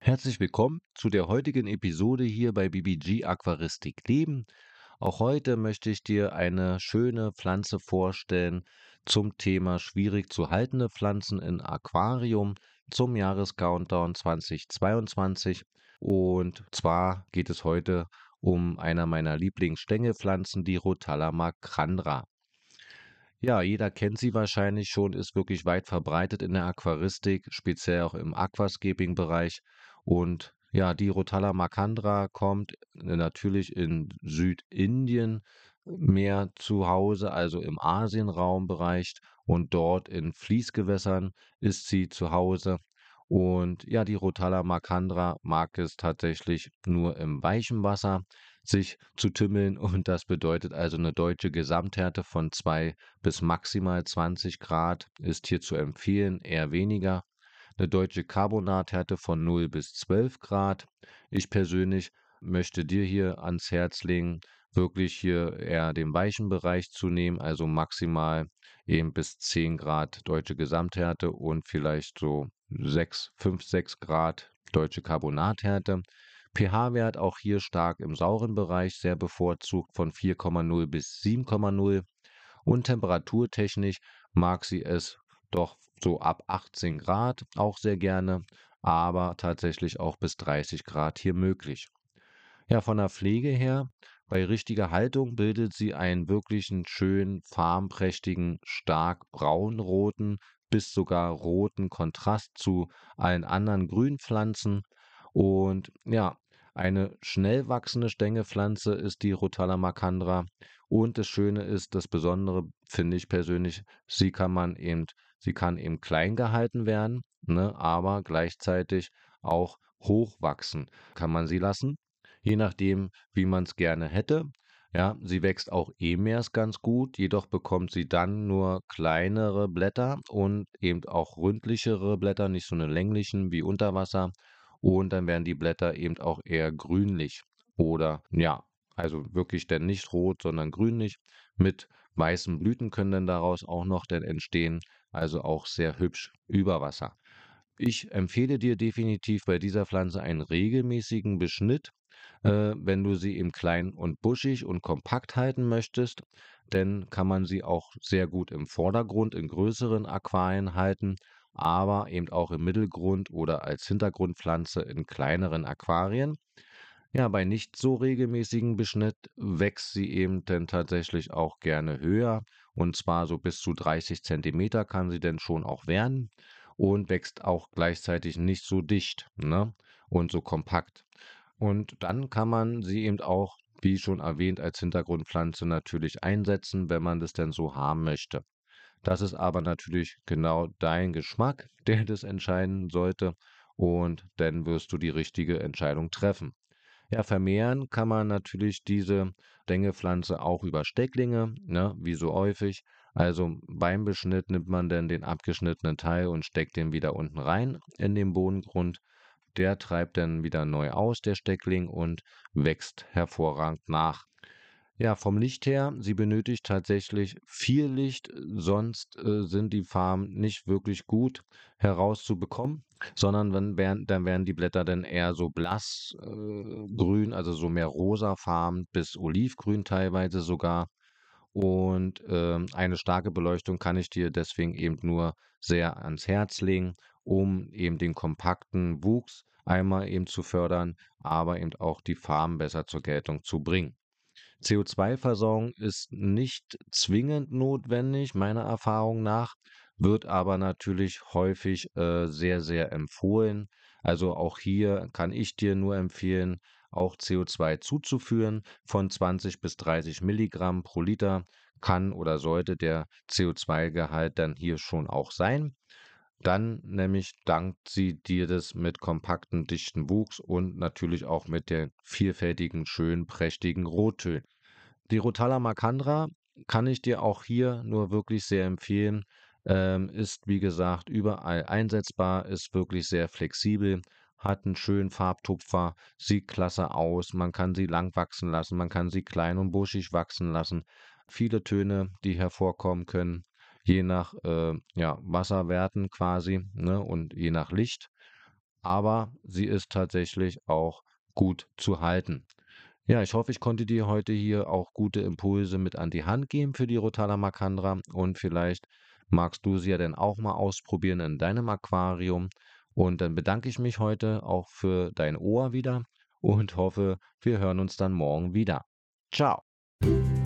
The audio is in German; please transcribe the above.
Herzlich willkommen zu der heutigen Episode hier bei BBG Aquaristik Leben. Auch heute möchte ich dir eine schöne Pflanze vorstellen zum Thema schwierig zu haltende Pflanzen in Aquarium zum Jahrescountdown 2022. Und zwar geht es heute um einer meiner Lieblingsstängelpflanzen, die Rotala macrandra. Ja, jeder kennt sie wahrscheinlich schon, ist wirklich weit verbreitet in der Aquaristik, speziell auch im Aquascaping-Bereich. Und ja, die Rotala macrandra kommt natürlich in Südindien mehr zu Hause, also im Asienraumbereich und dort in Fließgewässern ist sie zu Hause. Und ja, die Rotala macrandra mag es tatsächlich nur im weichen Wasser sich zu tümmeln und das bedeutet also eine deutsche Gesamthärte von 2 bis maximal 20 Grad ist hier zu empfehlen, eher weniger. Eine deutsche Carbonathärte von 0 bis 12 Grad. Ich persönlich möchte dir hier ans Herz legen, wirklich hier eher den weichen Bereich zu nehmen, also maximal eben bis 10 Grad deutsche Gesamthärte und vielleicht so 5, 6 Grad deutsche Carbonathärte. pH-Wert auch hier stark im sauren Bereich, sehr bevorzugt von 4,0 bis 7,0 und temperaturtechnisch mag sie es doch so ab 18 Grad auch sehr gerne, aber tatsächlich auch bis 30 Grad hier möglich. Ja, von der Pflege her, bei richtiger Haltung bildet sie einen wirklichen schönen, farbenprächtigen, stark braunroten bis sogar roten Kontrast zu allen anderen Grünpflanzen. Und ja, eine schnell wachsende Stängelpflanze ist die Rotala macrandra. Und das Schöne ist, das Besondere finde ich persönlich, sie kann eben klein gehalten werden, ne, aber gleichzeitig auch hochwachsen kann man sie lassen, je nachdem, wie man es gerne hätte. Ja, sie wächst auch EMERS ganz gut, jedoch bekommt sie dann nur kleinere Blätter und eben auch ründlichere Blätter, nicht so eine länglichen wie unter Wasser. Und dann werden die Blätter eben auch eher grünlich oder ja, also wirklich dann nicht rot, sondern grünlich. Mit weißen Blüten können dann daraus auch noch dann entstehen, also auch sehr hübsch über Wasser. Ich empfehle dir definitiv bei dieser Pflanze einen regelmäßigen Beschnitt, wenn du sie eben klein und buschig und kompakt halten möchtest, dann kann man sie auch sehr gut im Vordergrund in größeren Aquarien halten, aber eben auch im Mittelgrund oder als Hintergrundpflanze in kleineren Aquarien. Ja, bei nicht so regelmäßigen Beschnitt wächst sie eben dann tatsächlich auch gerne höher und zwar so bis zu 30 Zentimeter kann sie denn schon auch werden und wächst auch gleichzeitig nicht so dicht, ne? Und so kompakt. Und dann kann man sie eben auch, wie schon erwähnt, als Hintergrundpflanze natürlich einsetzen, wenn man das denn so haben möchte. Das ist aber natürlich genau dein Geschmack, der das entscheiden sollte und dann wirst du die richtige Entscheidung treffen. Ja, vermehren kann man natürlich diese Stängelpflanze auch über Stecklinge, ne, wie so häufig. Also beim Beschnitt nimmt man dann den abgeschnittenen Teil und steckt den wieder unten rein in den Bodengrund. Der treibt dann wieder neu aus, der Steckling, und wächst hervorragend nach. Ja, vom Licht her, sie benötigt tatsächlich viel Licht, sonst sind die Farben nicht wirklich gut herauszubekommen, sondern dann werden die Blätter dann eher so blass grün, also so mehr rosafarben bis olivgrün teilweise sogar. Und eine starke Beleuchtung kann ich dir deswegen eben nur sehr ans Herz legen, um eben den kompakten Wuchs einmal eben zu fördern, aber eben auch die Farben besser zur Geltung zu bringen. CO2-Versorgung ist nicht zwingend notwendig, meiner Erfahrung nach, wird aber natürlich häufig sehr, sehr empfohlen. Also auch hier kann ich dir nur empfehlen, auch CO2 zuzuführen von 20 bis 30 Milligramm pro Liter kann oder sollte der CO2-Gehalt dann hier schon auch sein. Dann nämlich dankt sie dir das mit kompakten, dichten Wuchs und natürlich auch mit den vielfältigen, schönen, prächtigen Rottönen. Die Rotala macrandra kann ich dir auch hier nur wirklich sehr empfehlen. Ist wie gesagt überall einsetzbar, ist wirklich sehr flexibel, hat einen schönen Farbtupfer, sieht klasse aus. Man kann sie lang wachsen lassen, man kann sie klein und buschig wachsen lassen. Viele Töne, die hervorkommen können, je nach ja, Wasserwerten quasi, ne, und je nach Licht. aber sie ist tatsächlich auch gut zu halten. Ja, ich hoffe, ich konnte dir heute hier auch gute Impulse mit an die Hand geben für die Rotala Macandra und vielleicht magst du sie ja dann auch mal ausprobieren in deinem Aquarium. Und dann bedanke ich mich heute auch für dein Ohr wieder und hoffe, wir hören uns dann morgen wieder. Ciao.